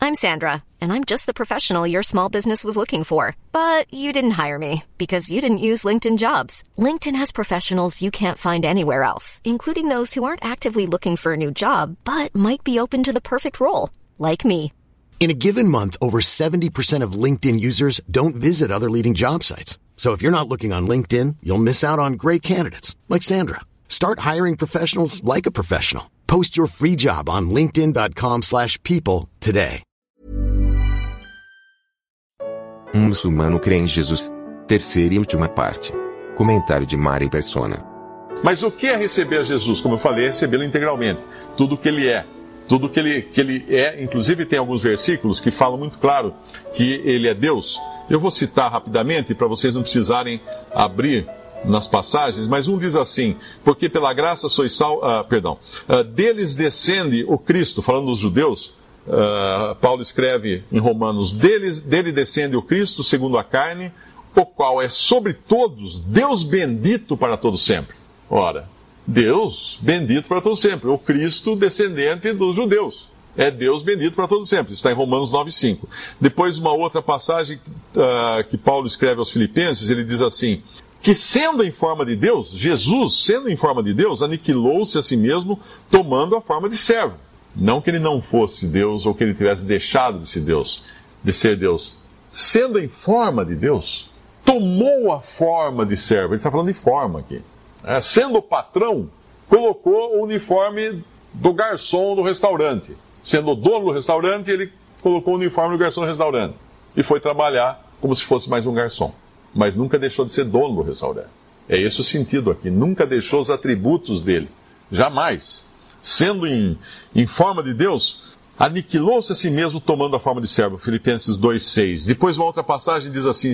I'm Sandra, and I'm just the professional your small business was looking for. But you didn't hire me because you didn't use LinkedIn Jobs. LinkedIn has professionals you can't find anywhere else, including those who aren't actively looking for a new job, but might be open to the perfect role, like me. In a given month, over 70% of LinkedIn users don't visit other leading job sites. So if you're not looking on LinkedIn, you'll miss out on great candidates, like Sandra. Start hiring professionals like a professional. Post your free job on linkedin.com/people today. Muçulmano crê em Jesus. Terceira e última parte. Comentário de Mari Persona. Mas o que é receber Jesus? Como eu falei, é recebê-lo integralmente. Tudo que ele é. Tudo que ele é. Inclusive tem alguns versículos que falam muito claro que ele é Deus. Eu vou citar rapidamente para vocês não precisarem abrir nas passagens, mas um diz assim: porque pela graça sois deles descende o Cristo, falando dos judeus. Paulo escreve em Romanos: dele descende o Cristo segundo a carne, o qual é sobre todos Deus bendito para todo sempre. Ora, Deus bendito para todo sempre, o Cristo descendente dos judeus. É Deus bendito para todo sempre. Isso está em Romanos 9,5. Depois, uma outra passagem que Paulo escreve aos Filipenses, ele diz assim: que sendo em forma de Deus, Jesus, sendo em forma de Deus, aniquilou-se a si mesmo, tomando a forma de servo. Não que ele não fosse Deus, ou que ele tivesse deixado de ser Deus. Sendo em forma de Deus, tomou a forma de servo. Ele está falando de forma aqui. Sendo o patrão, colocou o uniforme do garçom do restaurante. Sendo o dono do restaurante, ele colocou o uniforme do garçom do restaurante. E foi trabalhar como se fosse mais um garçom. Mas nunca deixou de ser dono do restaurante. É esse o sentido aqui. Nunca deixou os atributos dele. Jamais. Sendo em forma de Deus, aniquilou-se a si mesmo, tomando a forma de servo. Filipenses 2,6. Depois uma outra passagem diz assim: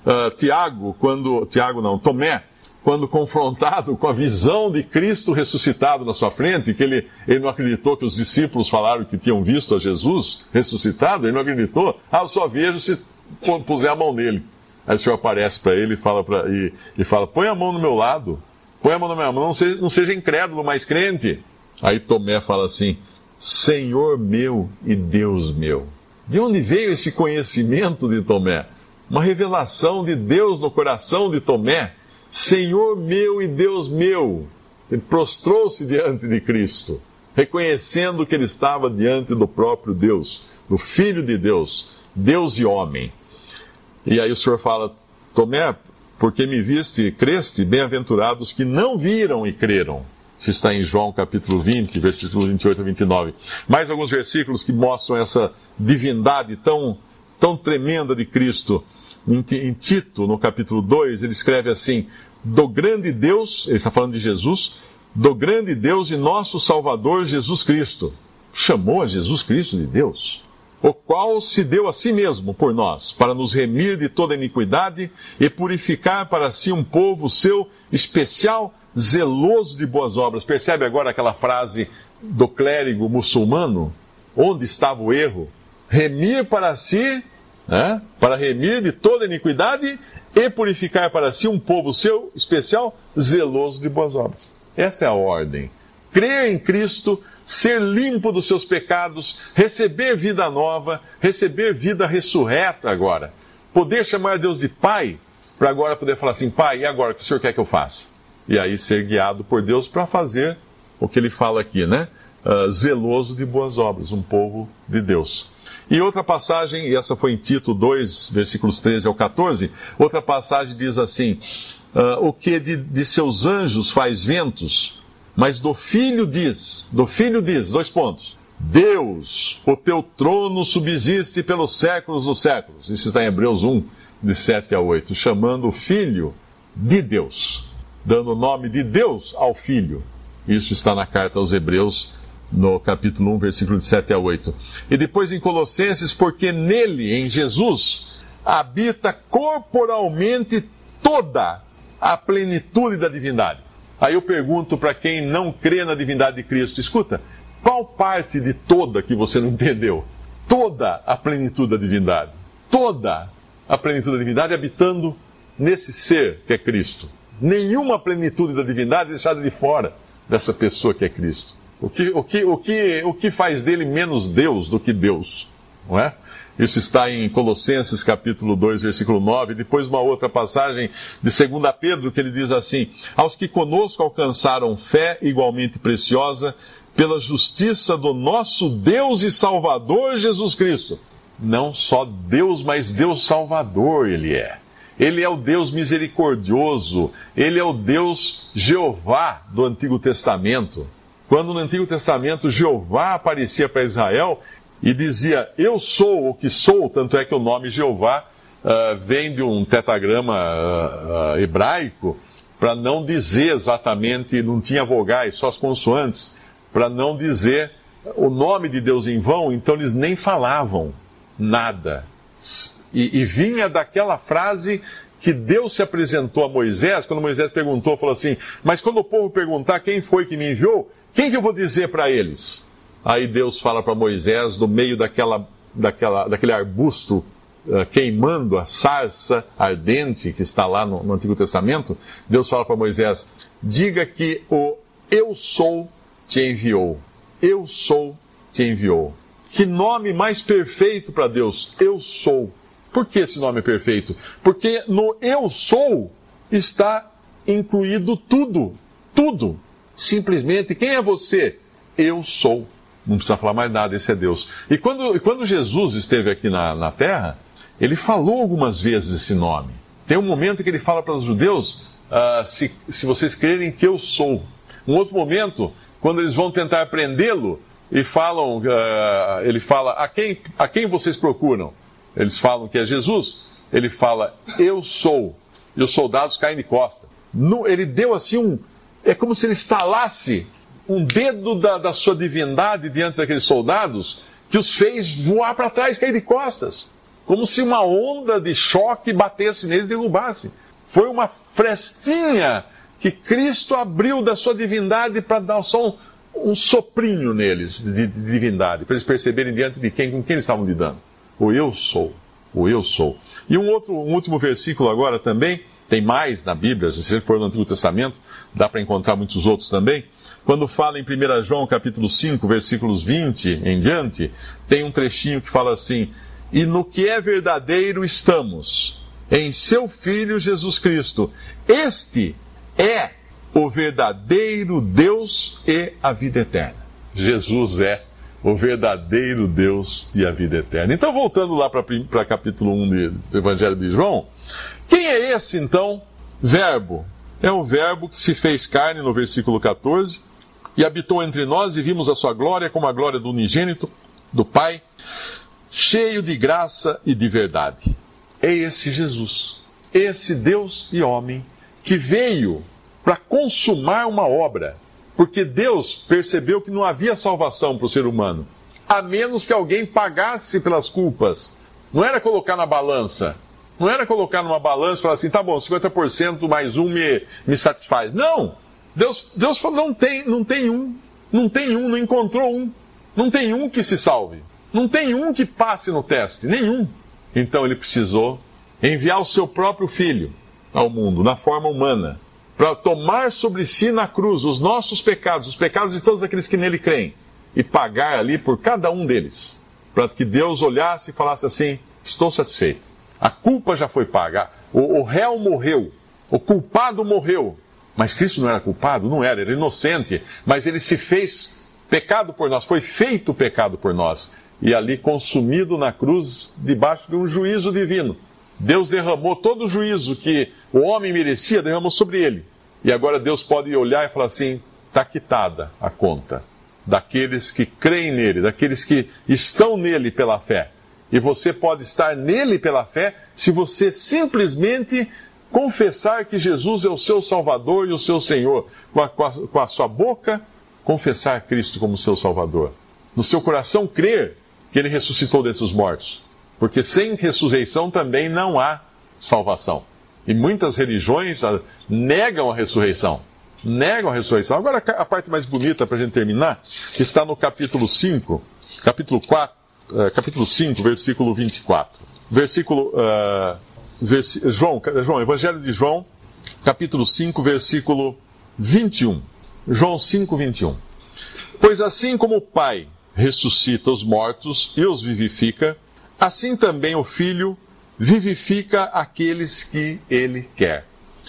Tomé, quando confrontado com a visão de Cristo ressuscitado na sua frente, que ele não acreditou que os discípulos falaram que tinham visto a Jesus ressuscitado, ele não acreditou. Eu só vejo se puser a mão nele. Aí o Senhor aparece para ele e fala: põe a mão no meu lado, põe a mão na minha mão, não seja incrédulo, mas crente. Aí Tomé fala assim: Senhor meu e Deus meu. De onde veio esse conhecimento de Tomé? Uma revelação de Deus no coração de Tomé. Senhor meu e Deus meu. Ele prostrou-se diante de Cristo, reconhecendo que ele estava diante do próprio Deus, do Filho de Deus, Deus e homem. E aí o Senhor fala: Tomé, porque me viste e creste, bem-aventurados que não viram e creram. Isso está em João capítulo 20, versículos 28 a 29. Mais alguns versículos que mostram essa divindade tão tremenda de Cristo. Em Tito, no capítulo 2, ele escreve assim: do grande Deus, ele está falando de Jesus, do grande Deus e nosso Salvador Jesus Cristo. Chamou a Jesus Cristo de Deus. O qual se deu a si mesmo por nós, para nos remir de toda iniquidade e purificar para si um povo seu especial, zeloso de boas obras. Percebe agora aquela frase do clérigo muçulmano? Onde estava o erro? Remir para si, para remir de toda iniquidade e purificar para si um povo seu especial, zeloso de boas obras. Essa é a ordem. Crer em Cristo, ser limpo dos seus pecados, receber vida nova, receber vida ressurreta agora. Poder chamar Deus de Pai, para agora poder falar assim: Pai, e agora o que o Senhor quer que eu faça? E aí ser guiado por Deus para fazer o que ele fala aqui, zeloso de boas obras, um povo de Deus. E outra passagem, e essa foi em Tito 2, versículos 13 ao 14, outra passagem diz assim: o que de seus anjos faz ventos, mas do Filho diz, Deus, o teu trono subsiste pelos séculos dos séculos. Isso está em Hebreus 1, de 7 a 8, chamando o Filho de Deus, dando o nome de Deus ao Filho. Isso está na carta aos Hebreus, no capítulo 1, versículo de 7 a 8. E depois em Colossenses: porque nele, em Jesus, habita corporalmente toda a plenitude da divindade. Aí eu pergunto para quem não crê na divindade de Cristo: escuta, qual parte de toda que você não entendeu? Toda a plenitude da divindade. Toda a plenitude da divindade habitando nesse ser que é Cristo. Nenhuma plenitude da divindade é deixada de fora dessa pessoa que é Cristo. O que faz dele menos Deus do que Deus? não é? Isso está em Colossenses capítulo 2, versículo 9, depois uma outra passagem de 2 Pedro, que ele diz assim: aos que conosco alcançaram fé igualmente preciosa, pela justiça do nosso Deus e Salvador Jesus Cristo. Não só Deus, mas Deus Salvador Ele é. Ele é o Deus misericordioso, Ele é o Deus Jeová do Antigo Testamento. Quando no Antigo Testamento Jeová aparecia para Israel e dizia, eu sou o que sou, tanto é que o nome Jeová vem de um tetragrama hebraico, para não dizer exatamente, não tinha vogais, só as consoantes, para não dizer o nome de Deus em vão, então eles nem falavam nada. E vinha daquela frase que Deus se apresentou a Moisés, quando Moisés perguntou, falou assim, mas quando o povo perguntar quem foi que me enviou, quem que eu vou dizer para eles? Aí Deus fala para Moisés, do meio daquele arbusto queimando, a sarça ardente que está lá no Antigo Testamento, Deus fala para Moisés, diga que o eu sou te enviou. Eu sou te enviou. Que nome mais perfeito para Deus? Eu sou. Por que esse nome é perfeito? Porque no eu sou está incluído tudo. Tudo. Simplesmente, quem é você? Eu sou. Não precisa falar mais nada, esse é Deus. E quando Jesus esteve aqui na Terra, ele falou algumas vezes esse nome. Tem um momento que ele fala para os judeus, se vocês crerem que eu sou. Um outro momento, quando eles vão tentar prendê-lo, e falam, ele fala, a quem vocês procuram? Eles falam que é Jesus. Ele fala, eu sou. E os soldados caem de costa. Ele deu assim é como se ele estalasse um dedo da sua divindade diante daqueles soldados, que os fez voar para trás, cair de costas. Como se uma onda de choque batesse neles e derrubasse. Foi uma frestinha que Cristo abriu da sua divindade para dar só um soprinho neles de divindade, para eles perceberem diante de com quem eles estavam lidando. O eu sou. O eu sou. E um último versículo agora também, tem mais na Bíblia, se você for no Antigo Testamento, dá para encontrar muitos outros também. Quando fala em 1 João capítulo 5, versículos 20 em diante, tem um trechinho que fala assim, e no que é verdadeiro estamos, em seu Filho Jesus Cristo. Este é o verdadeiro Deus e a vida eterna. Jesus é o verdadeiro Deus e a vida eterna. Então, voltando lá para capítulo 1 do Evangelho de João, quem é esse, então, verbo? É o verbo que se fez carne, no versículo 14, e habitou entre nós e vimos a sua glória como a glória do unigênito, do Pai, cheio de graça e de verdade. É esse Jesus, esse Deus e homem, que veio para consumar uma obra, porque Deus percebeu que não havia salvação para o ser humano, a menos que alguém pagasse pelas culpas. Não era colocar na balança, não era colocar numa balança e falar assim, tá bom, 50% mais um me satisfaz. Não! Deus falou, não encontrou um. Não tem um que se salve. Não tem um que passe no teste, nenhum. Então ele precisou enviar o seu próprio Filho ao mundo, na forma humana, para tomar sobre si na cruz os nossos pecados, os pecados de todos aqueles que nele creem, e pagar ali por cada um deles, para que Deus olhasse e falasse assim, estou satisfeito. A culpa já foi paga, o réu morreu, o culpado morreu, mas Cristo não era culpado? Não era, era inocente, mas ele se fez pecado por nós, foi feito pecado por nós, e ali consumido na cruz, debaixo de um juízo divino. Deus derramou todo o juízo que o homem merecia, derramou sobre ele. E agora Deus pode olhar e falar assim, está quitada a conta daqueles que creem nele, daqueles que estão nele pela fé. E você pode estar nele pela fé se você simplesmente confessar que Jesus é o seu Salvador e o seu Senhor. Com a sua boca, confessar Cristo como seu Salvador. No seu coração, crer que ele ressuscitou dentre os mortos. Porque sem ressurreição também não há salvação. E muitas religiões negam a ressurreição. Negam a ressurreição. Agora a parte mais bonita para a gente terminar, que está no capítulo 5, capítulo 5, versículo 24. João, Evangelho de João, capítulo 5, versículo 21. João 5, 21. Pois assim como o Pai ressuscita os mortos e os vivifica, assim também o Filho vivifica aqueles que ele quer.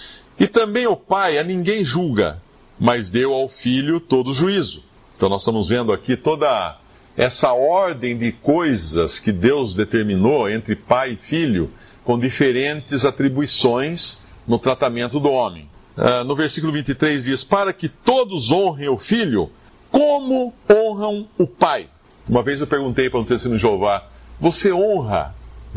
E também o Pai a ninguém julga, mas deu ao Filho todo o juízo. Então nós estamos vendo aqui toda essa ordem de coisas que Deus determinou entre Pai e Filho, com diferentes atribuições no tratamento do homem. No versículo 23 diz, para que todos honrem o Filho, como honram o Pai. Uma vez eu perguntei para um testemunho de Jeová, você honra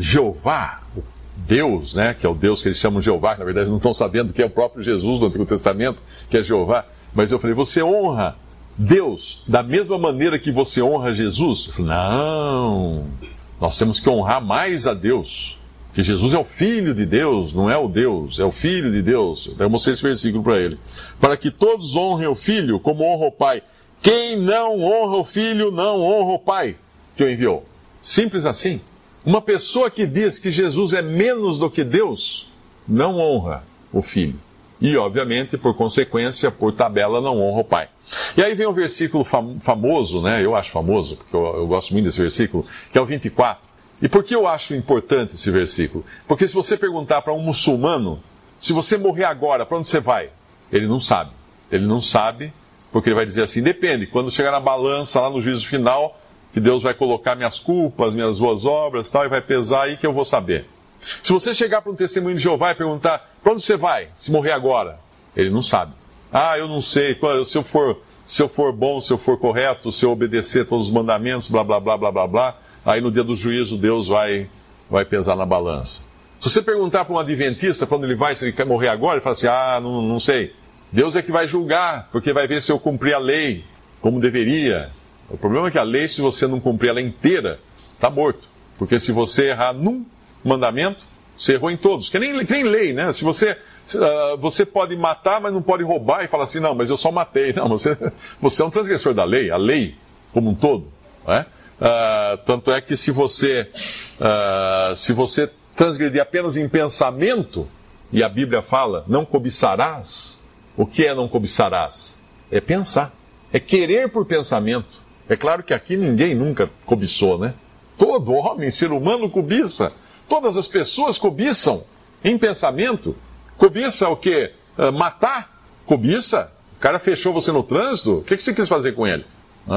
Jeová, Deus, né, que é o Deus que eles chamam de Jeová, que na verdade não estão sabendo que é o próprio Jesus do Antigo Testamento, que é Jeová, mas eu falei, você honra Deus da mesma maneira que você honra Jesus? Eu falei, não, nós temos que honrar mais a Deus, que Jesus é o Filho de Deus, não é o Deus, é o Filho de Deus. Eu mostrei esse versículo para ele. Para que todos honrem o Filho como honra o Pai. Quem não honra o Filho, não honra o Pai que o enviou. Simples assim. Uma pessoa que diz que Jesus é menos do que Deus, não honra o Filho. E, obviamente, por consequência, por tabela, não honra o Pai. E aí vem um versículo famoso, né? Eu acho famoso, porque eu gosto muito desse versículo, que é o 24. E por que eu acho importante esse versículo? Porque se você perguntar para um muçulmano, se você morrer agora, para onde você vai? Ele não sabe. Ele não sabe, porque ele vai dizer assim, depende, quando chegar na balança, lá no juízo final, que Deus vai colocar minhas culpas, minhas boas obras e tal, e vai pesar aí que eu vou saber. Se você chegar para um testemunho de Jeová e perguntar, para onde você vai, se morrer agora? Ele não sabe. Eu não sei, se eu for bom, se eu for correto, se eu obedecer todos os mandamentos, blá, blá, blá, blá, blá, blá, aí no dia do juízo Deus vai pesar na balança. Se você perguntar para um adventista para onde ele vai, se ele quer morrer agora, ele fala assim, não sei. Deus é que vai julgar, porque vai ver se eu cumpri a lei como deveria. O problema é que a lei, se você não cumprir ela inteira, está morto. Porque se você errar num mandamento, você errou em todos. Que nem lei, né? Se você pode matar, mas não pode roubar e falar assim, não, mas eu só matei. Não, você é um transgressor da lei, a lei como um todo. Não é? Tanto é que se você transgredir apenas em pensamento, e a Bíblia fala, não cobiçarás, o que é não cobiçarás? É pensar, é querer por pensamento. É claro que aqui ninguém nunca cobiçou, né? Todo homem, ser humano, cobiça. Todas as pessoas cobiçam em pensamento. Cobiça o quê? Matar? Cobiça? O cara fechou você no trânsito? O que você quis fazer com ele?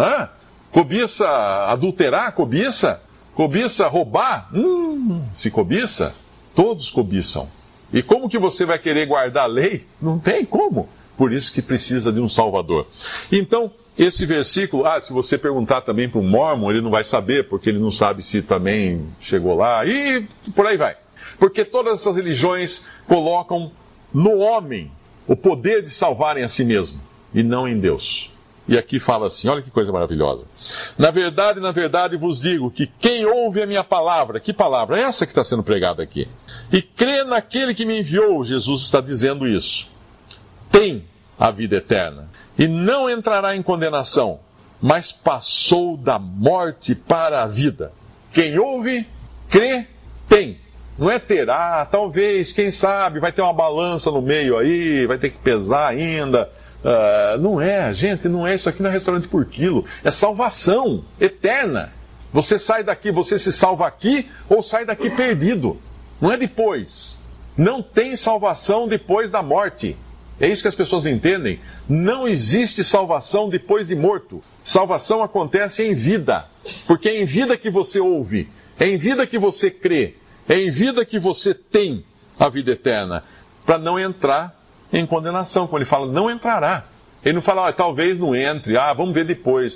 Cobiça adulterar? Cobiça? Cobiça roubar? Se cobiça, todos cobiçam. E como que você vai querer guardar a lei? Não tem como. Por isso que precisa de um Salvador. Então, esse versículo, se você perguntar também para um mormon, ele não vai saber, porque ele não sabe se também chegou lá, e por aí vai. Porque todas essas religiões colocam no homem o poder de salvarem a si mesmo, e não em Deus. E aqui fala assim, olha que coisa maravilhosa. Na verdade vos digo que quem ouve a minha palavra, que palavra? É essa que está sendo pregada aqui. E crê naquele que me enviou, Jesus está dizendo isso. Tem a vida eterna. E não entrará em condenação, mas passou da morte para a vida. Quem ouve, crê, tem. Não é terá, talvez, quem sabe, vai ter uma balança no meio aí, vai ter que pesar ainda. Não é, gente, não é isso aqui, não é restaurante por quilo. É salvação eterna. Você sai daqui, você se salva aqui ou sai daqui perdido. Não é depois. Não tem salvação depois da morte. É isso que as pessoas não entendem. Não existe salvação depois de morto. Salvação acontece em vida. Porque é em vida que você ouve. É em vida que você crê. É em vida que você tem a vida eterna. Para não entrar em condenação. Quando ele fala, não entrará. Ele não fala, talvez não entre. Vamos ver depois.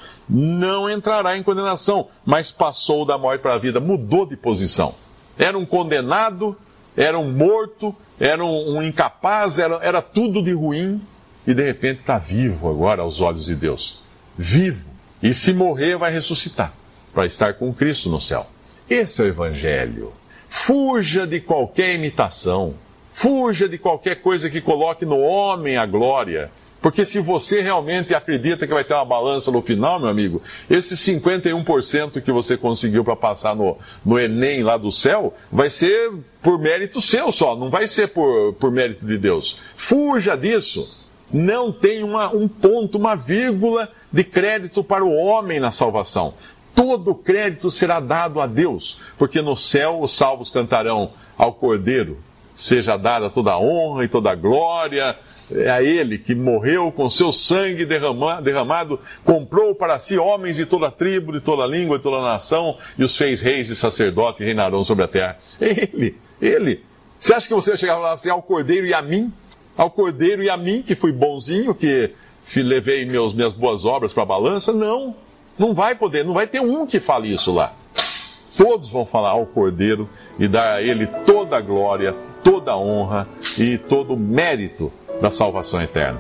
Não entrará em condenação. Mas passou da morte para a vida. Mudou de posição. Era um condenado, era um morto, era um incapaz, era tudo de ruim, e de repente está vivo agora aos olhos de Deus. Vivo. E se morrer, vai ressuscitar, para estar com Cristo no céu. Esse é o Evangelho. Fuja de qualquer imitação. Fuja de qualquer coisa que coloque no homem a glória. Porque se você realmente acredita que vai ter uma balança no final, meu amigo, esse 51% que você conseguiu para passar no Enem lá do céu, vai ser por mérito seu só, não vai ser por mérito de Deus. Fuja disso. Não tem um ponto, uma vírgula de crédito para o homem na salvação. Todo o crédito será dado a Deus, porque no céu os salvos cantarão ao Cordeiro, seja dada toda a honra e toda a glória, a Ele que morreu com seu sangue derramado, comprou para si homens de toda tribo, de toda língua, de toda nação, e os fez reis e sacerdotes e reinarão sobre a terra. Ele. Você acha que você vai chegar lá assim, ao Cordeiro e a mim? Ao Cordeiro e a mim, que fui bonzinho, que levei minhas boas obras para a balança? Não vai poder, não vai ter um que fale isso lá. Todos vão falar ao Cordeiro e dar a Ele toda a glória, toda a honra e todo o mérito da salvação eterna.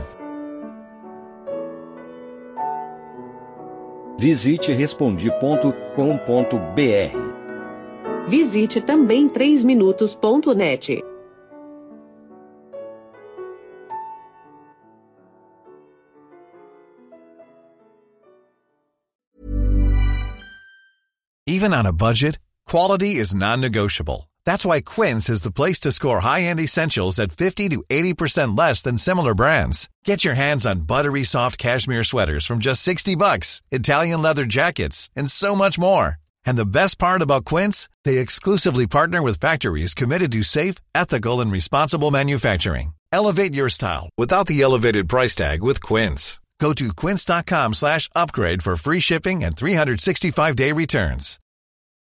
Visite Respondi.com.br. Visite também 3minutos.net. Even on a budget, quality is non-negotiable. That's why Quince is the place to score high-end essentials at 50 to 80% less than similar brands. Get your hands on buttery soft cashmere sweaters from just $60, Italian leather jackets, and so much more. And the best part about Quince, they exclusively partner with factories committed to safe, ethical, and responsible manufacturing. Elevate your style without the elevated price tag with Quince. Go to quince.com/upgrade for free shipping and 365-day returns.